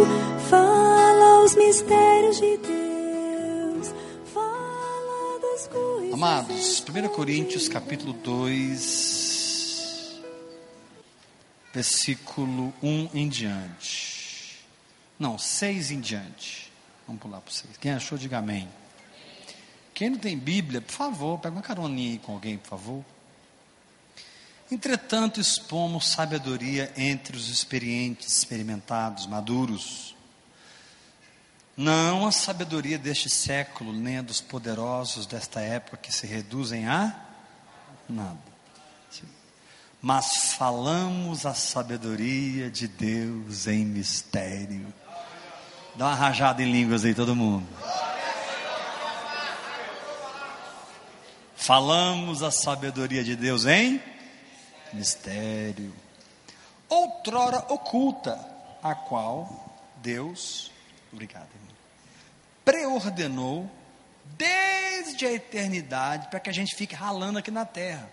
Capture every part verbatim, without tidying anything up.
fala os mistérios de Deus, fala das coisas. Amados, primeira Coríntios capítulo dois, versículo um em diante. Não, seis em diante. Vamos pular para seis. Quem achou, diga amém. Quem não tem Bíblia, por favor, pega uma caroninha aí com alguém, por favor. Entretanto, expomos sabedoria entre os experientes, experimentados, maduros. Não a sabedoria deste século, nem a dos poderosos desta época, que se reduzem a nada. Mas falamos a sabedoria de Deus em mistério. Dá uma rajada em línguas aí, todo mundo. Falamos a sabedoria de Deus em mistério, outrora oculta, a qual Deus, obrigado, irmão, preordenou desde a eternidade, para que a gente fique ralando aqui na terra.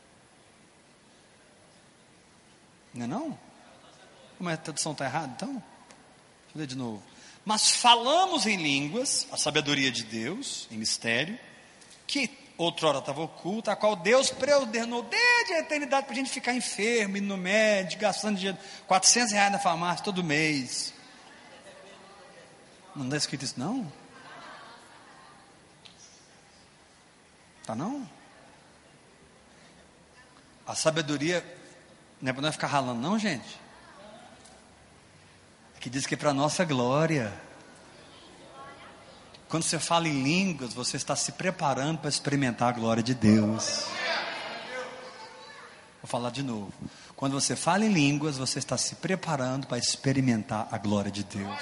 Não é não? Como é que a tradução está errada então? Deixa eu ler de novo. Mas falamos em línguas, a sabedoria de Deus, em mistério, que outrora estava oculta, a qual Deus preordenou desde a eternidade para a gente ficar enfermo, indo no médico, gastando dinheiro, quatrocentos reais na farmácia todo mês. Não está escrito isso não? Está não? A sabedoria não é para nós ficar ralando não, gente. É que diz que é para a nossa glória. Quando você fala em línguas, você está se preparando para experimentar a glória de Deus. Vou falar de novo. Quando você fala em línguas, você está se preparando para experimentar a glória de Deus.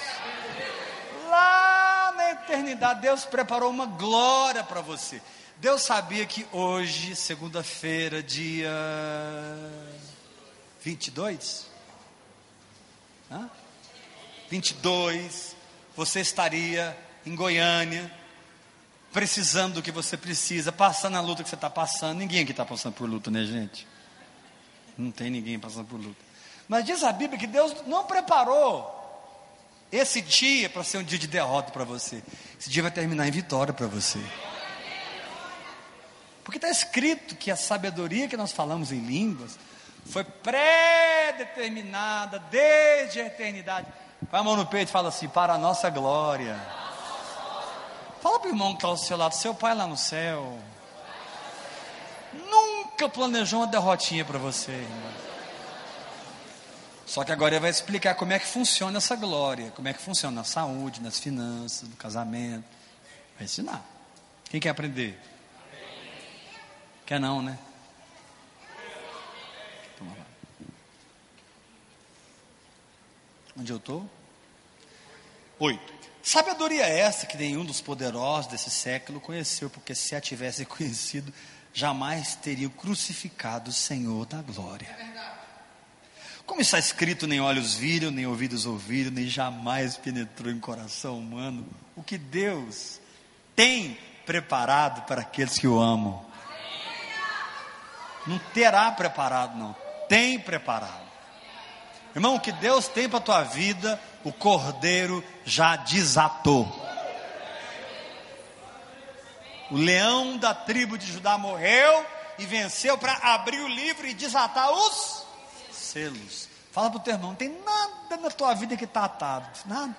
Lá na eternidade, Deus preparou uma glória para você. Deus sabia que hoje, segunda-feira, dia vinte e dois, Hã? vinte e dois, você estaria em Goiânia, precisando do que você precisa, passando a luta que você está passando. Ninguém aqui está passando por luta, né, gente? Não tem ninguém passando por luta. Mas diz a Bíblia que Deus não preparou esse dia para ser um dia de derrota para você. Esse dia vai terminar em vitória para você. Porque está escrito que a sabedoria que nós falamos em línguas foi pré-determinada desde a eternidade. Põe a mão no peito e fala assim: para a nossa glória. Fala para o irmão que está ao seu lado: seu pai lá no céu nunca planejou uma derrotinha para você, irmão. Só que agora ele vai explicar como é que funciona essa glória, como é que funciona na saúde, nas finanças, no casamento. Vai ensinar. Quem quer aprender? Quer não, né? Toma lá. Onde eu estou? Oito. Sabedoria essa que nenhum dos poderosos desse século conheceu, porque se a tivesse conhecido, jamais teriam crucificado o Senhor da glória. Como está escrito: nem olhos viram, nem ouvidos ouviram, nem jamais penetrou em coração humano o que Deus tem preparado para aqueles que o amam. Não terá preparado, não, tem preparado. Irmão, o que Deus tem para a tua vida, o Cordeiro já desatou. O leão da tribo de Judá morreu e venceu para abrir o livro e desatar os selos. Fala para o teu irmão: não tem nada na tua vida que está atado. Nada.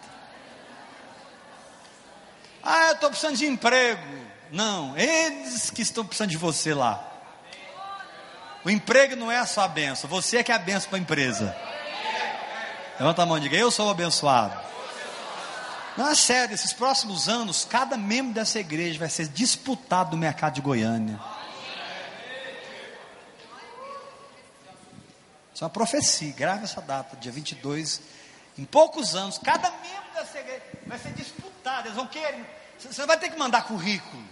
Ah, eu estou precisando de emprego. Não, eles que estão precisando de você lá. O emprego não é a sua bênção, você é que é a bênção para a empresa. Levanta a mão e diga: eu sou o abençoado. Não, é sério, esses próximos anos, cada membro dessa igreja vai ser disputado no mercado de Goiânia. Isso é uma profecia, grave essa data, dia vinte e dois. Em poucos anos, cada membro dessa igreja vai ser disputado. Eles vão querer. Você vai ter que mandar currículo.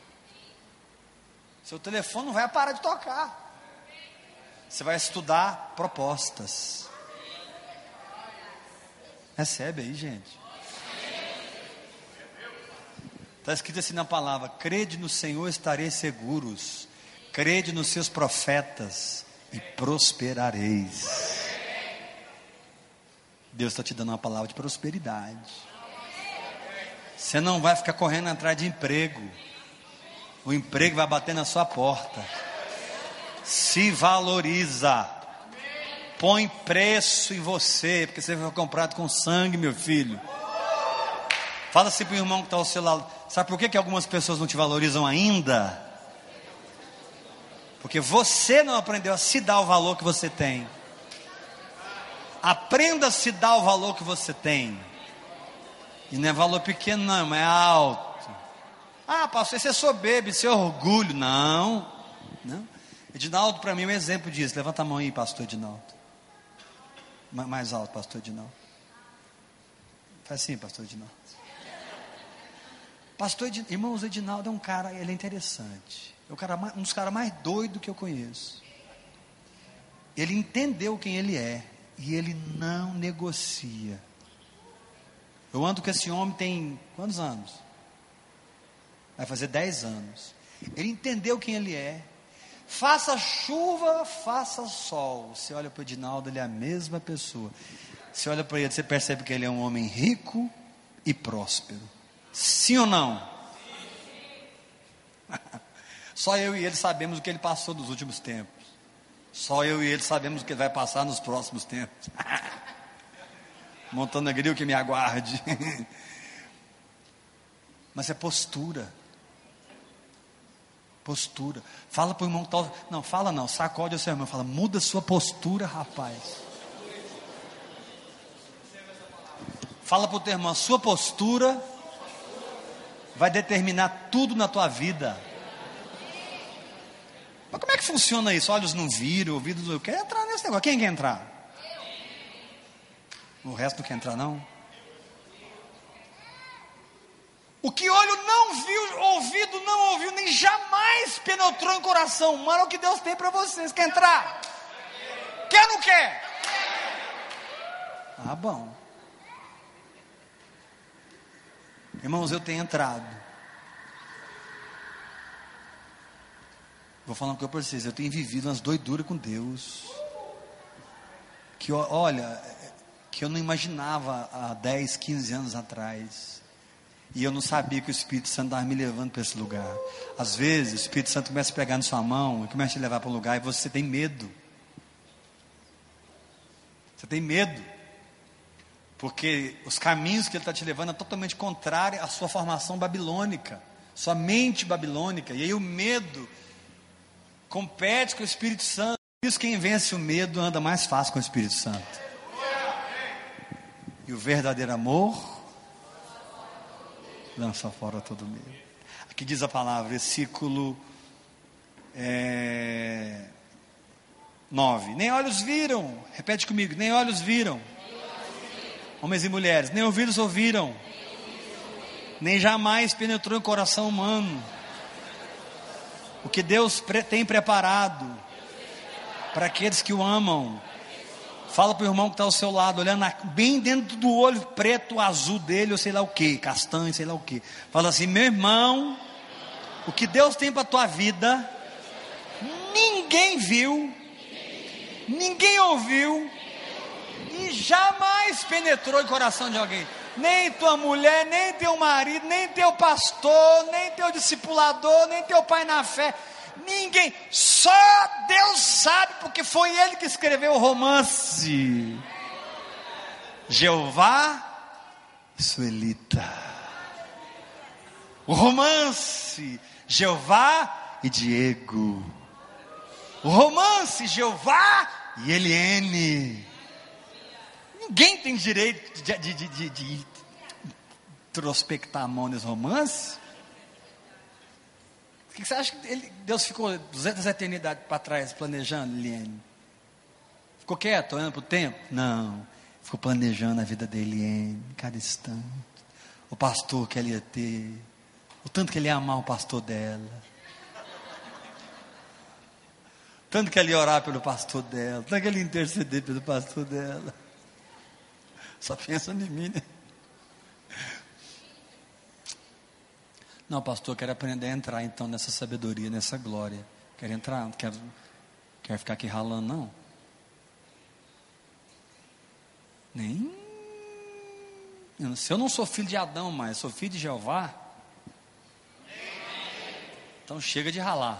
Seu telefone não vai parar de tocar. Você vai estudar propostas. Recebe aí, gente. Está escrito assim na palavra: crede no Senhor, estareis seguros. Crede nos seus profetas e prosperareis. Deus está te dando uma palavra de prosperidade. Você não vai ficar correndo atrás de emprego. O emprego vai bater na sua porta. Se valoriza. Põe preço em você, porque você foi comprado com sangue, meu filho. Fala assim para o irmão que está ao seu lado. Sabe por que, que algumas pessoas não te valorizam ainda? Porque você não aprendeu a se dar o valor que você tem. Aprenda a se dar o valor que você tem. E não é valor pequeno não, é alto. Ah, pastor, isso é soberbo, isso é orgulho. Não, não. Edinaldo para mim é um exemplo disso. Levanta a mão aí, pastor Edinaldo. Mais alto, pastor Edinaldo. Faz assim, pastor Edinaldo. Pastor Edinaldo, irmãos, Edinaldo é um cara, ele é interessante. É o cara, um dos caras mais doidos que eu conheço. Ele entendeu quem ele é. E ele não negocia. Eu ando com esse homem tem quantos anos? Vai fazer dez anos. Ele entendeu quem ele é. Faça chuva, faça sol. Você olha para o Edinaldo, ele é a mesma pessoa. Você olha para ele, você percebe que ele é um homem rico e próspero. Sim ou não? Sim. Só eu e ele sabemos o que ele passou nos últimos tempos. Só eu e ele sabemos o que ele vai passar nos próximos tempos. Montando a gril que me aguarde. Mas é postura. Postura. Fala para o irmão que está... Não, fala não, sacode o seu irmão. Fala, muda sua postura, rapaz. Fala para o teu irmão, sua postura vai determinar tudo na tua vida. Mas como é que funciona isso? Olhos não viram, ouvidos não... Eu quero entrar nesse negócio. Quem quer entrar? O resto não quer entrar não? O que olho não viu, ouvido não ouviu, nem jamais penetrou em coração humano, é o que Deus tem para vocês. Quer entrar? Quer ou não quer? Ah, bom. Irmãos, eu tenho entrado. Vou falar uma coisa para vocês. Eu tenho vivido umas doiduras com Deus. Que olha, que eu não imaginava há dez, quinze anos atrás. E eu não sabia que o Espírito Santo estava me levando para esse lugar. Às vezes o Espírito Santo começa a pegar na sua mão e começa a te levar para um lugar e você tem medo. Você tem medo. Porque os caminhos que Ele está te levando é totalmente contrário à sua formação babilônica. Sua mente babilônica. E aí o medo compete com o Espírito Santo. Por isso quem vence o medo anda mais fácil com o Espírito Santo. E o verdadeiro amor lança fora todo medo. Aqui diz a palavra, versículo é, nove. Nem olhos viram, repete comigo, nem olhos viram. Homens e mulheres, nem ouvidos ouviram, nem jamais penetrou em coração humano o que Deus tem preparado para aqueles que o amam. Fala para o irmão que está ao seu lado, olhando bem dentro do olho preto, azul dele, ou sei lá o que, castanho, sei lá o que. Fala assim, meu irmão, o que Deus tem para a tua vida, ninguém viu, ninguém ouviu, e jamais penetrou em coração de alguém. Nem tua mulher, nem teu marido, nem teu pastor, nem teu discipulador, nem teu pai na fé. Ninguém, só Deus sabe, porque foi Ele que escreveu o romance. Jeová Israelita. O romance Jeová e Diego. O romance Jeová e Eliene. Ninguém tem direito de, de, de, de, de introspectar a mão nesse romance. O que você acha que ele, Deus ficou duzentas eternidades para trás planejando, Eliene? Ficou quieto, olhando para o tempo? Não, ficou planejando a vida da Eliene, cada instante. O pastor que ela ia ter, o tanto que ele ia amar o pastor dela, tanto que ele ia orar pelo pastor dela, tanto que ele ia interceder pelo pastor dela. Só pensa em mim, né? Não, pastor, eu quero aprender a entrar então nessa sabedoria, nessa glória. Quero entrar, não quero, quero ficar aqui ralando, não. Nem Se eu não sou filho de Adão, mas sou filho de Jeová, então chega de ralar.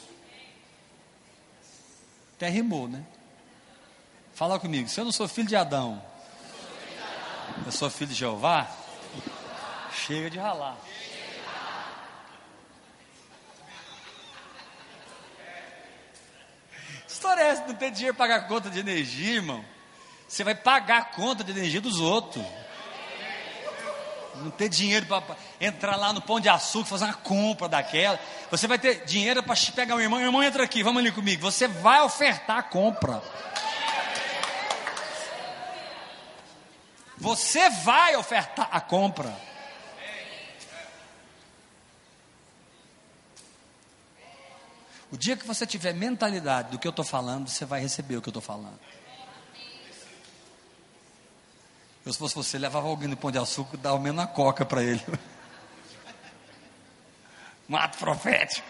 Até rimou, né? Fala comigo, se eu não sou filho de Adão, eu sou filho de Jeová, chega de ralar. História é essa, não ter dinheiro para pagar conta de energia, irmão? Você vai pagar a conta de energia dos outros. Não ter dinheiro para entrar lá no Pão de Açúcar, fazer uma compra daquela. Você vai ter dinheiro para pegar um irmão. Irmão, entra aqui, vamos ali comigo. Você vai ofertar a compra. Você vai ofertar a compra. O dia que você tiver mentalidade do que eu estou falando, você vai receber o que eu estou falando. Eu, se fosse você, levava alguém no Pão de Açúcar e dava menos a coca para ele. Um ato profético.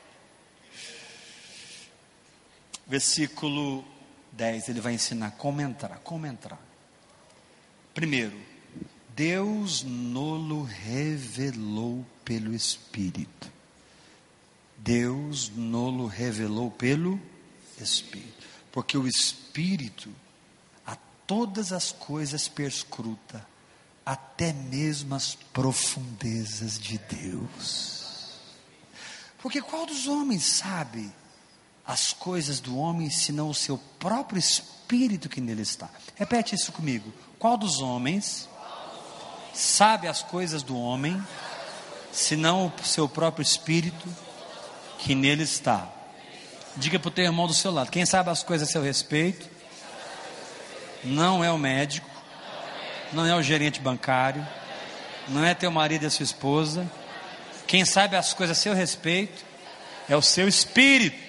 Versículo dez, ele vai ensinar como entrar. Como entrar? Primeiro, Deus nolo revelou pelo Espírito. Deus nolo revelou pelo Espírito. Porque o Espírito a todas as coisas perscruta, até mesmo as profundezas de Deus. Porque qual dos homens sabe as coisas do homem, senão o seu próprio Espírito que nele está? Repete isso comigo. Qual dos homens sabe as coisas do homem, senão o seu próprio Espírito que nele está? Diga para o teu irmão do seu lado: quem sabe as coisas a seu respeito não é o médico, não é o gerente bancário, não é teu marido e a sua esposa. Quem sabe as coisas a seu respeito é o seu Espírito.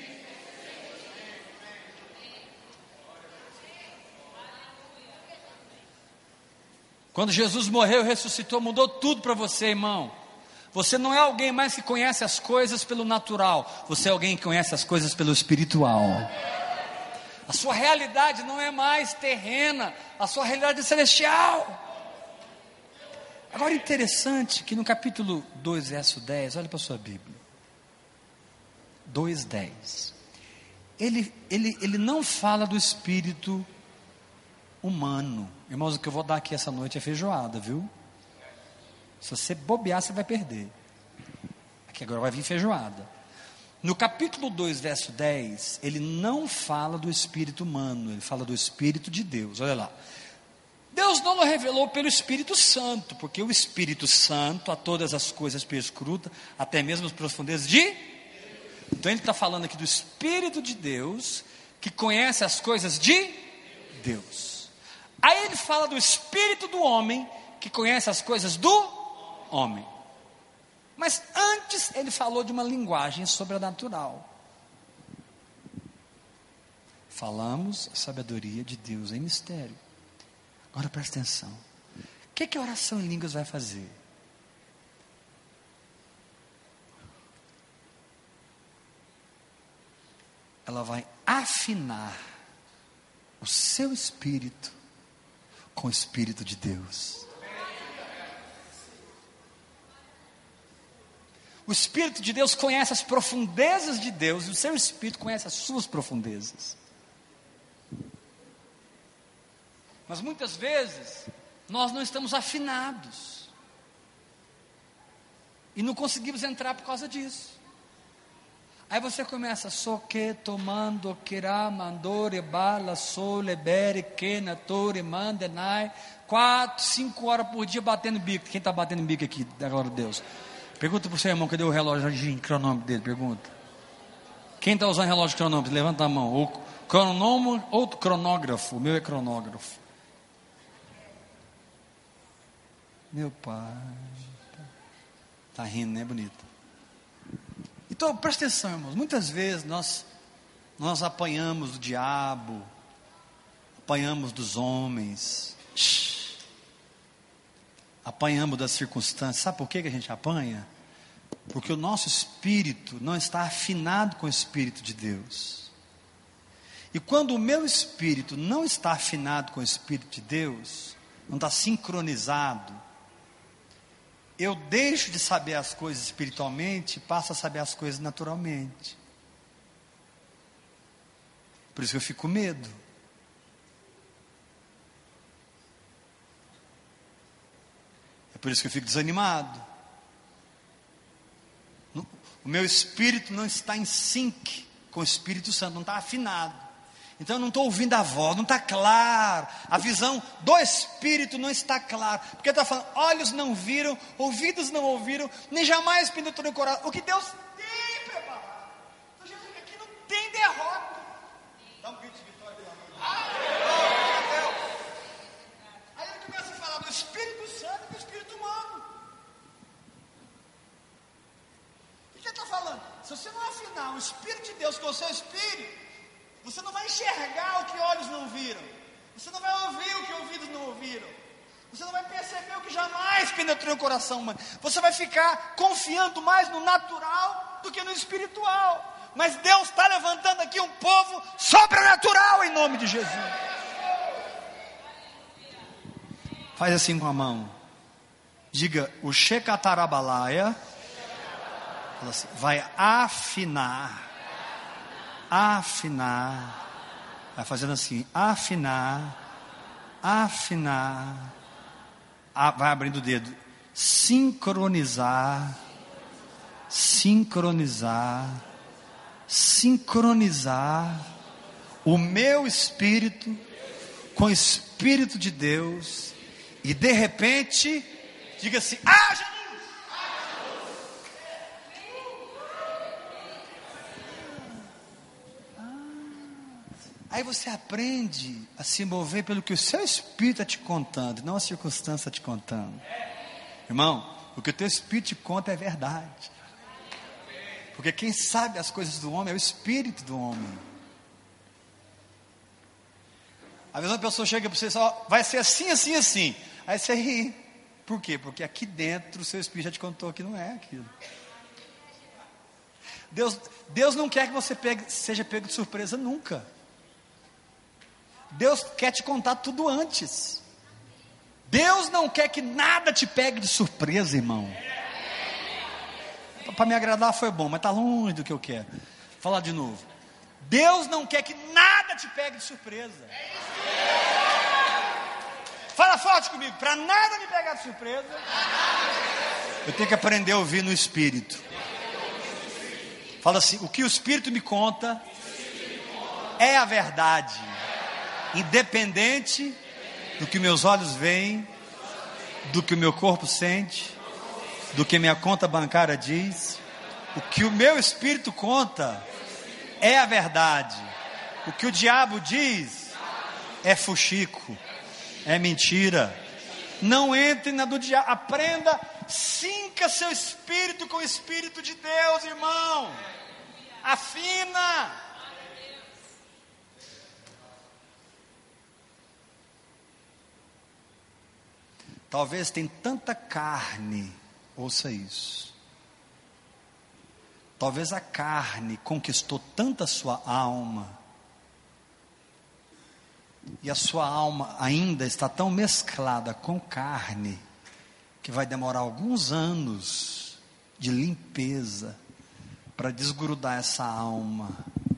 Quando Jesus morreu e ressuscitou, mudou tudo para você, irmão. Você não é alguém mais que conhece as coisas pelo natural. Você é alguém que conhece as coisas pelo espiritual. A sua realidade não é mais terrena. A sua realidade é celestial. Agora, interessante que no capítulo dois, verso dez, olha para a sua Bíblia. dois, dez. Ele, ele, ele não fala do espírito humano. Irmãos, o que eu vou dar aqui essa noite é feijoada, viu? Se você bobear, você vai perder. Aqui agora vai vir feijoada. No capítulo dois, verso dez, ele não fala do espírito humano, ele fala do Espírito de Deus. Olha lá. Deus não o revelou pelo Espírito Santo, porque o Espírito Santo a todas as coisas perscruta, até mesmo as profundezas de... Então ele está falando aqui do Espírito de Deus, que conhece as coisas de Deus. Aí ele fala do Espírito do homem, que conhece as coisas do homem. Mas antes ele falou de uma linguagem sobrenatural. Falamos a sabedoria de Deus em mistério. Agora presta atenção. O que, que a oração em línguas vai fazer? Ela vai afinar o seu espírito com o Espírito de Deus. O Espírito de Deus conhece as profundezas de Deus, e o seu Espírito conhece as suas profundezas. Mas muitas vezes nós não estamos afinados e não conseguimos entrar por causa disso. Aí você começa, soque, tomando, querá, mandore, bala, sole, bere, quena, tore, mandenai, quatro, cinco horas por dia batendo bico. Quem está batendo bico aqui, da glória de Deus? Pergunta para o seu irmão, cadê o relógio de cronômetro dele? Pergunta. Quem está usando relógio de cronômetro? Levanta a mão. Ou cronômetro ou cronógrafo. O meu é cronógrafo. Meu pai. Está rindo, né? Bonito. Então, presta atenção, irmãos. Muitas vezes nós, nós apanhamos do diabo, apanhamos dos homens, shh, apanhamos das circunstâncias. Sabe por que que a gente apanha? Porque o nosso espírito não está afinado com o Espírito de Deus. E quando o meu espírito não está afinado com o Espírito de Deus, não está sincronizado, eu deixo de saber as coisas espiritualmente e passo a saber as coisas naturalmente. Por isso que eu fico com medo. É por isso que eu fico desanimado. O meu espírito não está em sync com o Espírito Santo, não está afinado. Então eu não estou ouvindo a voz, não está claro. A visão do Espírito não está clara. Porque está falando, olhos não viram, ouvidos não ouviram, nem jamais penetrou no coração. O que Deus tem preparado. Então, gente, aqui não tem derrota. Dá um grito de vitória, pelo amor de Deus. Aí ele começa a falar do Espírito Santo e do Espírito humano. O que ele está falando? Se você não afinar o Espírito de Deus com o seu Espírito, você não vai enxergar o que olhos não viram. Você não vai ouvir o que ouvidos não ouviram. Você não vai perceber o que jamais penetrou no coração humano. Você vai ficar confiando mais no natural do que no espiritual. Mas Deus está levantando aqui um povo sobrenatural em nome de Jesus. Faz assim com a mão. Diga, o Shekatarabalaia assim, vai afinar. Afinar. Vai fazendo assim, afinar. Afinar. A, vai abrindo o dedo. Sincronizar. Sincronizar. Sincronizar o meu espírito com o Espírito de Deus. E de repente, diga assim, ah, Jesus! Aí você aprende a se mover pelo que o seu espírito está te contando, não a circunstância te contando. Irmão, o que o teu espírito te conta é verdade. Porque quem sabe as coisas do homem é o espírito do homem. Às vezes uma pessoa chega para você e fala, vai ser assim, assim, assim. Aí você ri. Por quê? Porque aqui dentro o seu espírito já te contou que não é aquilo. Deus, Deus não quer que você pegue, seja pego de surpresa nunca. Deus quer te contar tudo antes. Deus não quer que nada te pegue de surpresa, irmão. Para me agradar foi bom, mas está longe do que eu quero. Vou falar de novo. Deus não quer que nada te pegue de surpresa. Fala forte comigo. Para nada me pegar de surpresa, eu tenho que aprender a ouvir no Espírito. Fala assim, o que o Espírito me conta é a verdade. Independente do que meus olhos veem, do que o meu corpo sente, do que minha conta bancária diz, o que o meu espírito conta é a verdade. O que o diabo diz é fuxico, é mentira. Não entre na do diabo. Aprenda, sinca seu espírito com o Espírito de Deus, irmão. Afina. Talvez tenha tanta carne, ouça isso. Talvez a carne conquistou tanto a sua alma, e a sua alma ainda está tão mesclada com carne, que vai demorar alguns anos de limpeza, para desgrudar essa alma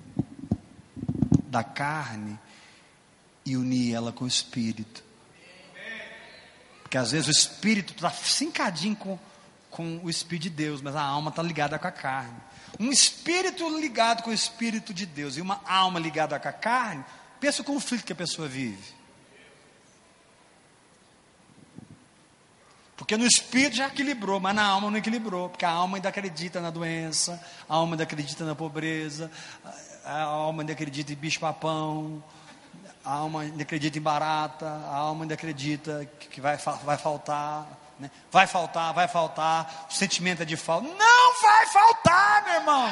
da carne, e unir ela com o Espírito. Porque às vezes o espírito está fincadinho com, com o Espírito de Deus, mas a alma está ligada com a carne. Um espírito ligado com o Espírito de Deus e uma alma ligada com a carne, pensa o conflito que a pessoa vive. Porque no espírito já equilibrou, mas na alma não equilibrou. Porque a alma ainda acredita na doença, a alma ainda acredita na pobreza, a alma ainda acredita em bicho-papão, a alma ainda acredita em barata, a alma ainda acredita que vai, vai faltar, né? Vai faltar, vai faltar, o sentimento é de falta. Não vai faltar, meu irmão.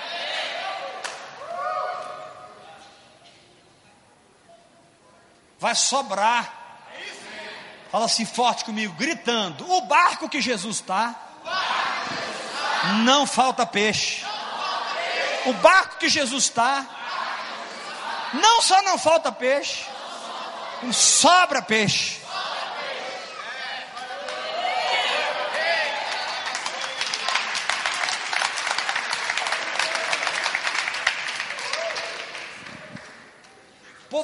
Vai sobrar. Fala assim forte comigo, gritando, o barco que Jesus está, não falta peixe. O barco que Jesus está, não só não falta peixe, sobra peixe.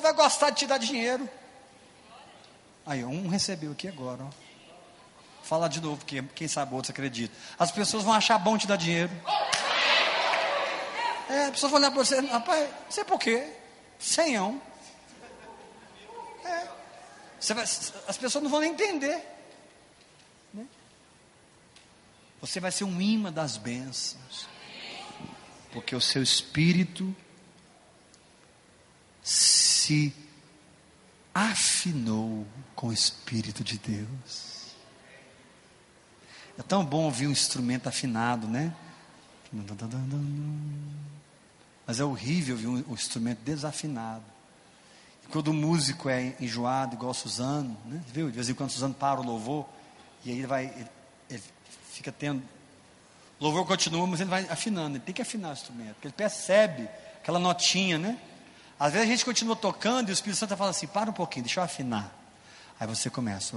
pessoa vai gostar de te dar dinheiro. Aí, um recebeu aqui agora, ó. Fala de novo, porque quem sabe outros acreditam. As pessoas vão achar bom te dar dinheiro. É, as pessoas vão olhar para você, rapaz, não sei por quê. Senhão. É. Você vai, as pessoas não vão nem entender. Né? Você vai ser um imã das bênçãos. Porque o seu espírito se afinou com o Espírito de Deus. É tão bom ouvir um instrumento afinado, né? Mas é horrível ouvir um, um instrumento desafinado. E quando o músico é enjoado, igual o Suzano, né? Viu? De vez em quando o Suzano para o louvor, e aí ele vai, ele, ele fica tendo, o louvor continua, mas ele vai afinando, ele tem que afinar o instrumento, porque ele percebe aquela notinha, né? Às vezes a gente continua tocando e o Espírito Santo fala assim, para um pouquinho, deixa eu afinar. Aí você começa,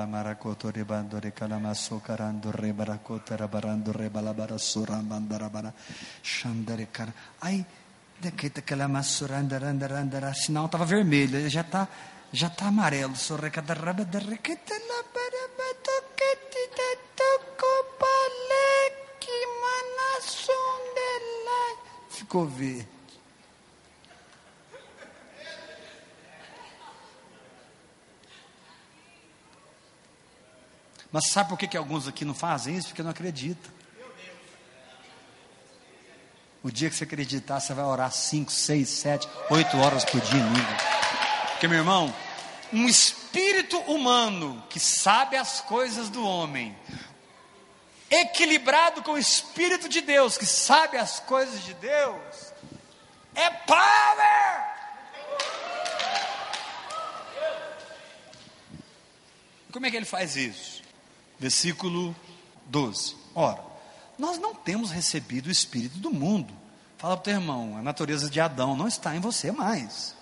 aí, sinal estava vermelho, já está já tá amarelo. Ficou verde. Mas sabe por que, que alguns aqui não fazem isso? Porque não acreditam. O dia que você acreditar, você vai orar cinco, seis, sete, oito horas por dia, amigo. Porque, meu irmão, um espírito humano que sabe as coisas do homem, equilibrado com o Espírito de Deus, que sabe as coisas de Deus, é power! Como é que ele faz isso? Versículo doze. Ora, nós não temos recebido o espírito do mundo. Fala para o teu irmão, a natureza de Adão não está em você mais.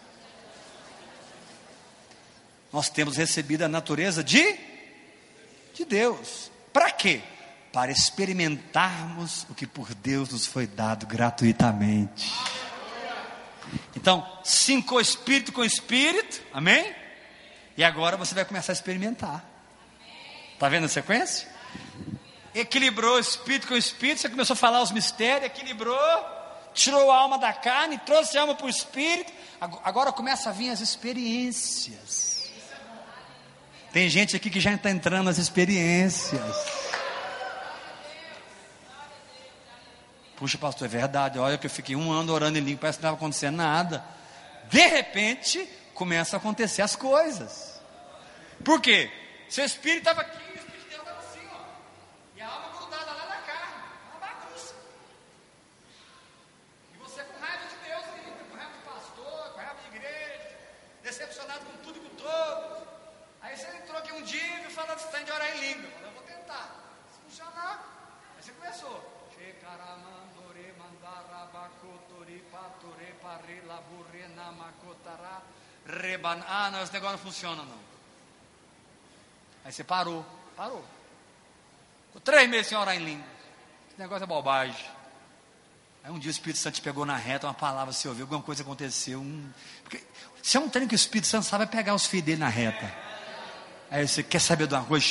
Nós temos recebido a natureza de, de Deus. Para quê? Para experimentarmos o que por Deus nos foi dado gratuitamente. Então, cinco espírito com espírito, amém? E agora você vai começar a experimentar. Está vendo a sequência? Equilibrou o espírito com o espírito, você começou a falar os mistérios, equilibrou, tirou a alma da carne, trouxe a alma para o espírito, agora começa a vir as experiências. Tem gente aqui que já está entrando nas experiências. Puxa, pastor, é verdade, olha que eu fiquei um ano orando em língua, parece que não estava acontecendo nada. De repente, começam a acontecer as coisas. Por quê? Seu espírito estava aqui, o espírito de Deus estava assim, ó. E a alma grudada lá na carne, uma bagunça. E você com raiva de Deus ainda, com raiva de pastor, com raiva de igreja, decepcionado com tudo e com todos. Aí você entrou aqui um dia e falou que você está de orar em língua. Eu falei, eu vou tentar. Se funcionar, aí você começou. Ah, não, esse negócio não funciona não. Aí você parou, parou. Ficou três meses sem orar em língua. Esse negócio é bobagem. Aí um dia o Espírito Santo te pegou na reta, uma palavra você ouviu, alguma coisa aconteceu. Um... Porque se é um treino que o Espírito Santo sabe é pegar os filhos dele na reta. Aí você quer saber de uma coisa?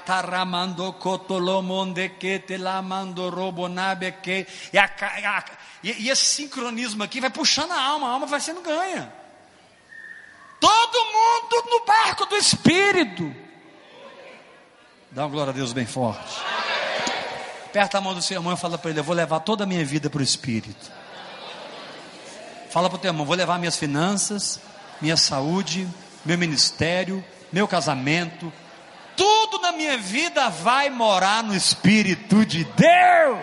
E, a, a, e, e esse sincronismo aqui vai puxando a alma, a alma vai sendo ganha. Todo mundo no barco do Espírito. Dá uma glória a Deus bem forte. Aperta a mão do seu irmão e fala para ele, eu vou levar toda a minha vida para o Espírito. Fala para o teu irmão, vou levar minhas finanças, minha saúde, meu ministério, meu casamento, tudo na minha vida vai morar no Espírito de Deus.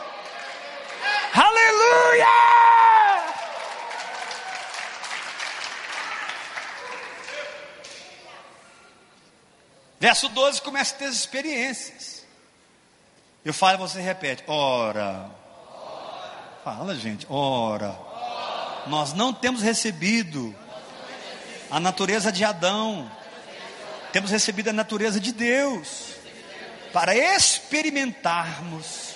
Aleluia! Verso doze começa a ter as experiências. Eu falo e você repete, ora. Fala, gente, ora. Nós não temos recebido a natureza de Adão. Temos recebido a natureza de Deus. Para experimentarmos,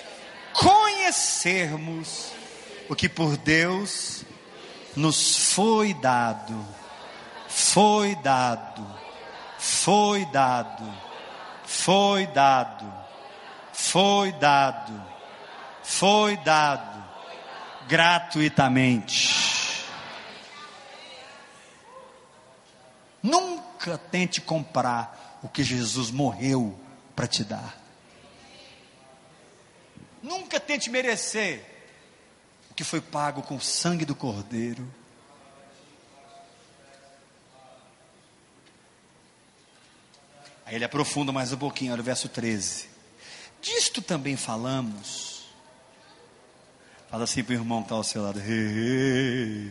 conhecermos o que por Deus nos foi dado foi dado, foi dado, foi dado, foi dado, foi dado, gratuitamente. Nunca tente comprar o que Jesus morreu para te dar. Nunca tente merecer o que foi pago com o sangue do Cordeiro. Aí ele aprofunda mais um pouquinho, olha o verso treze. Disto também falamos. Fala assim para o irmão que está ao seu lado. Hey, hey.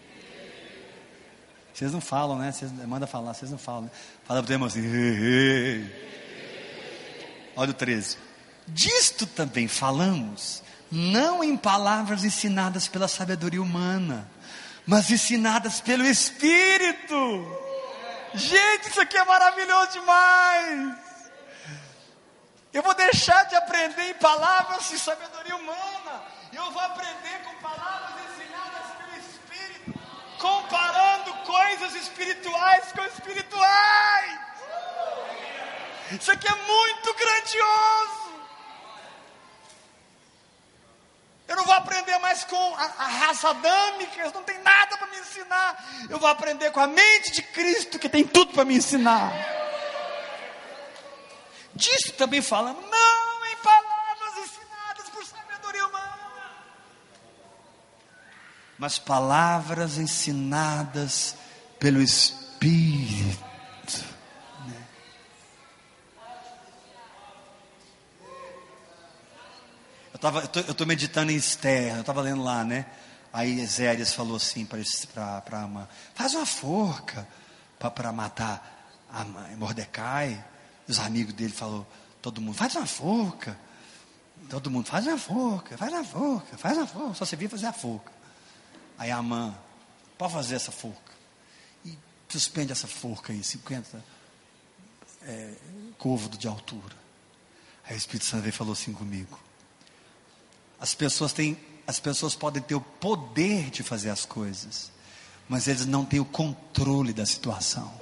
Vocês não falam, né? Vocês, manda falar, vocês não falam, né? Fala para o irmão assim. Hey, hey. Olha o treze. Disto também falamos, não em palavras ensinadas pela sabedoria humana, mas ensinadas pelo Espírito. Gente, isso aqui é maravilhoso demais. Eu vou deixar de aprender em palavras de sabedoria humana, eu vou aprender com palavras ensinadas pelo Espírito, comparando coisas espirituais com espirituais. Isso aqui é muito grandioso. Eu não vou aprender mais com a, a raça adâmica, eles não tem nada para me ensinar. Eu vou aprender com a mente de Cristo, que tem tudo para me ensinar. Disso também falamos, não em palavras ensinadas por sabedoria humana, mas palavras ensinadas pelo Espírito. Eu estou meditando em Esther, eu estava lendo lá, né? Aí Esdras falou assim para Amã: faz uma forca para matar a Mordecai. E os amigos dele falaram, todo mundo, faz uma forca. Todo mundo, faz uma forca, faz uma forca, faz uma forca. Só você via fazer a forca. Aí Amã, pode fazer essa forca. E suspende essa forca aí, cinquenta é, côvados de altura. Aí o Espírito Santo veio e falou assim comigo: As pessoas têm, as pessoas podem ter o poder de fazer as coisas, mas eles não têm o controle da situação.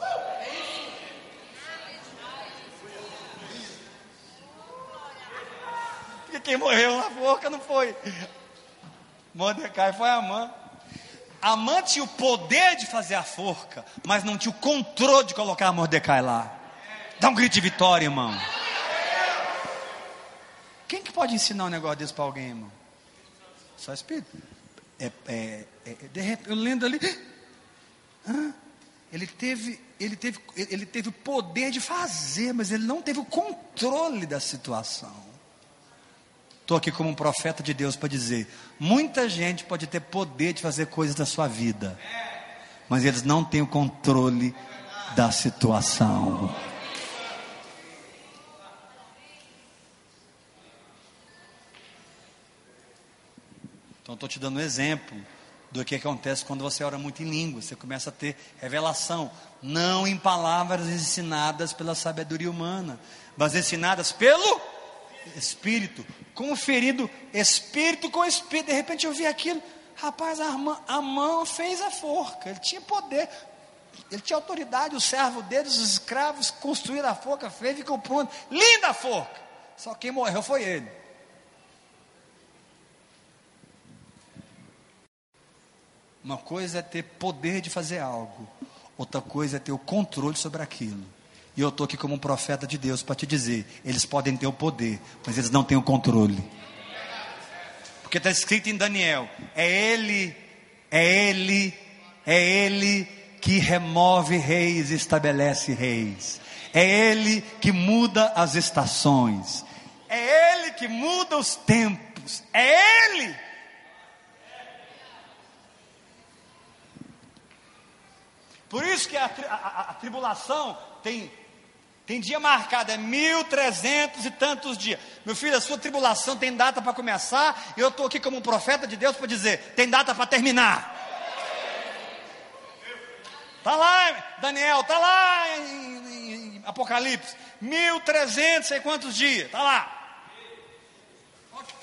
Porque quem morreu na forca não foi Mordecai, foi Amã. Amã tinha o poder de fazer a forca, mas não tinha o controle de colocar Mordecai lá. Dá um grito de vitória, irmão. Quem que pode ensinar um negócio desse para alguém, irmão? Só Espírito. É, é, é, de repente, eu lendo ali, ah, ele teve, ele teve, ele teve o poder de fazer, mas ele não teve o controle da situação. Estou aqui como um profeta de Deus para dizer: muita gente pode ter poder de fazer coisas na sua vida, mas eles não têm o controle da situação. Então estou te dando um exemplo do que acontece quando você ora muito em língua. Você começa a ter revelação, não em palavras ensinadas pela sabedoria humana, mas ensinadas pelo Espírito, conferido Espírito com Espírito. De repente eu vi aquilo, rapaz, a mão, a mão fez a forca, ele tinha poder, ele tinha autoridade, o servo deles, os escravos construíram a forca, fez, ficou pronto, linda a forca, só quem morreu foi ele. Uma coisa é ter poder de fazer algo, outra coisa é ter o controle sobre aquilo. E eu estou aqui como um profeta de Deus para te dizer: eles podem ter o poder, mas eles não têm o controle. Porque está escrito em Daniel: é Ele, é Ele, é Ele que remove reis e estabelece reis. É Ele que muda as estações. É Ele que muda os tempos. É Ele. Por isso que a, a, a tribulação tem, tem dia marcado, é mil trezentos e tantos dias. Meu filho, a sua tribulação tem data para começar, e eu estou aqui como um profeta de Deus para dizer: tem data para terminar. Está lá, Daniel, está lá em, em, em Apocalipse, mil e trezentos, sei quantos dias, está lá.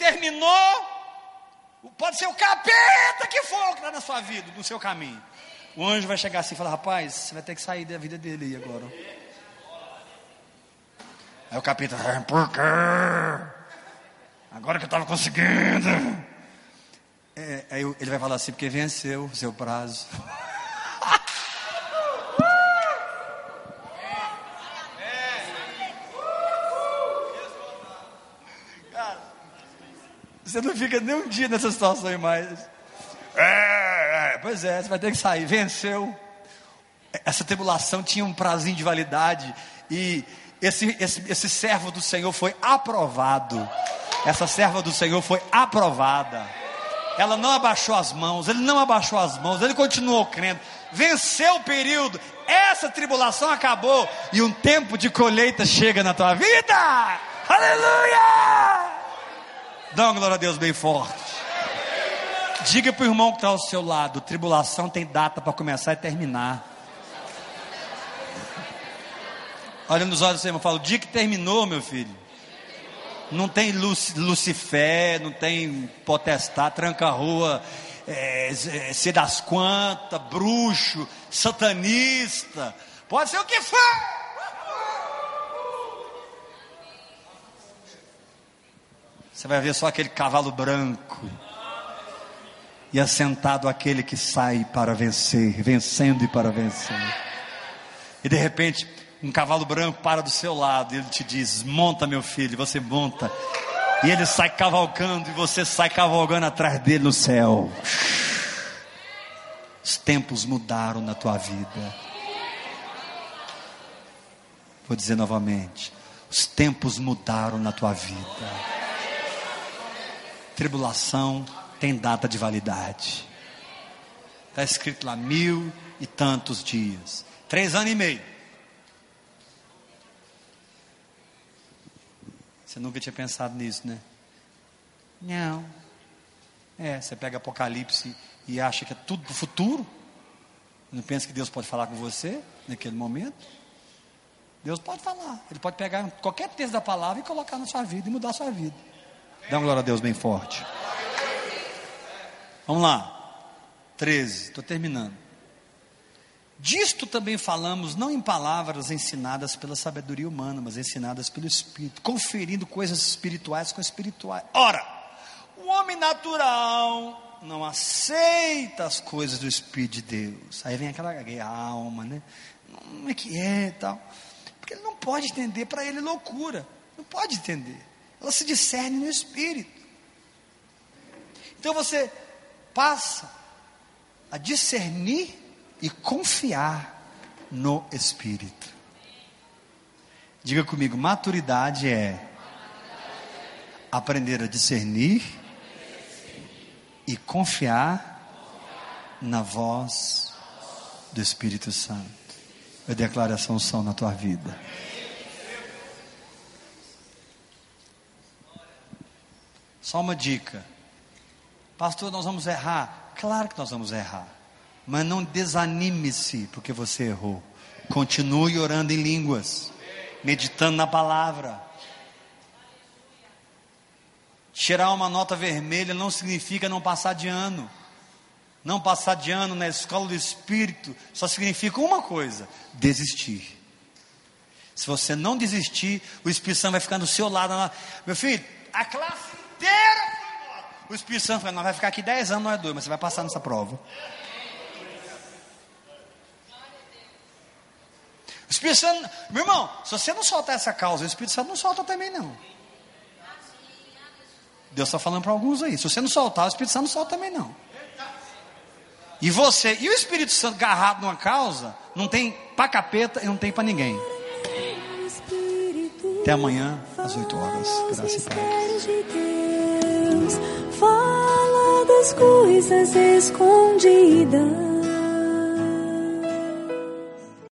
Terminou, pode ser o capeta que for que está na sua vida, no seu caminho. O anjo vai chegar assim e falar: rapaz, você vai ter que sair da vida dele aí agora. Aí o capitão: por quê? Agora que eu estava conseguindo. É, aí ele vai falar assim: porque venceu o seu prazo. Cara, você não fica nem um dia nessa situação aí mais. É, é, pois é, você vai ter que sair. Venceu. Essa tribulação tinha um prazinho de validade. E esse, esse, esse servo do Senhor foi aprovado. Essa serva do Senhor foi aprovada. Ela não abaixou as mãos. Ele não abaixou as mãos. Ele continuou crendo. Venceu o período. Essa tribulação acabou. E um tempo de colheita chega na tua vida. Aleluia! Dá uma glória a Deus bem forte. Diga para o irmão que está ao seu lado: tribulação tem data para começar e terminar. Olha nos olhos do seu irmão e fala: o dia que terminou, meu filho, não tem Luc- Lucifer, não tem potestade, tranca-rua, é, é, sei das quantas, bruxo, satanista, pode ser o que for. Você vai ver só aquele cavalo branco. E assentado aquele que sai para vencer, vencendo e para vencer. E de repente, um cavalo branco para do seu lado, e ele te diz: monta, meu filho. E você monta, e ele sai cavalgando, e você sai cavalgando atrás dele no céu. Os tempos mudaram na tua vida. Vou dizer novamente: os tempos mudaram na tua vida. Tribulação tem data de validade. Está escrito lá: mil e tantos dias. Três anos e meio. Você nunca tinha pensado nisso, né? Não. É, você pega Apocalipse e acha que é tudo para o futuro. Não pensa que Deus pode falar com você naquele momento. Deus pode falar. Ele pode pegar qualquer texto da palavra e colocar na sua vida e mudar a sua vida. Dá uma glória a Deus bem forte. Vamos lá. treze, estou terminando. Disto também falamos, não em palavras ensinadas pela sabedoria humana, mas ensinadas pelo Espírito, conferindo coisas espirituais com espirituais. Ora, o homem natural não aceita as coisas do Espírito de Deus. Aí vem aquela alma, né? Como é que é e tal? Porque ele não pode entender, para ele é loucura. Não pode entender. Ela se discerne no Espírito. Então você passa a discernir e confiar no Espírito. Diga comigo: maturidade é aprender a discernir e confiar na voz do Espírito Santo. Eu declaro essa unção na tua vida. Só uma dica: pastor, nós vamos errar. Claro que nós vamos errar, mas não desanime-se porque você errou. Continue orando em línguas, meditando na palavra. Tirar uma nota vermelha não significa não passar de ano. Não passar de ano na escola do Espírito só significa uma coisa: desistir. Se você não desistir, o Espírito Santo vai ficar do seu lado. Meu filho, a classe inteira foi embora. O Espírito Santo fala: não, vai ficar aqui dez anos, não é dois, mas você vai passar nessa prova. O Espírito Santo, meu irmão, se você não soltar essa causa, o Espírito Santo não solta também não. Deus está falando para alguns aí: se você não soltar, o Espírito Santo não solta também não. E você e o Espírito Santo agarrado numa causa, não tem para capeta e não tem para ninguém. Até amanhã às oito horas. Graças a Deus. Fala das coisas escondidas.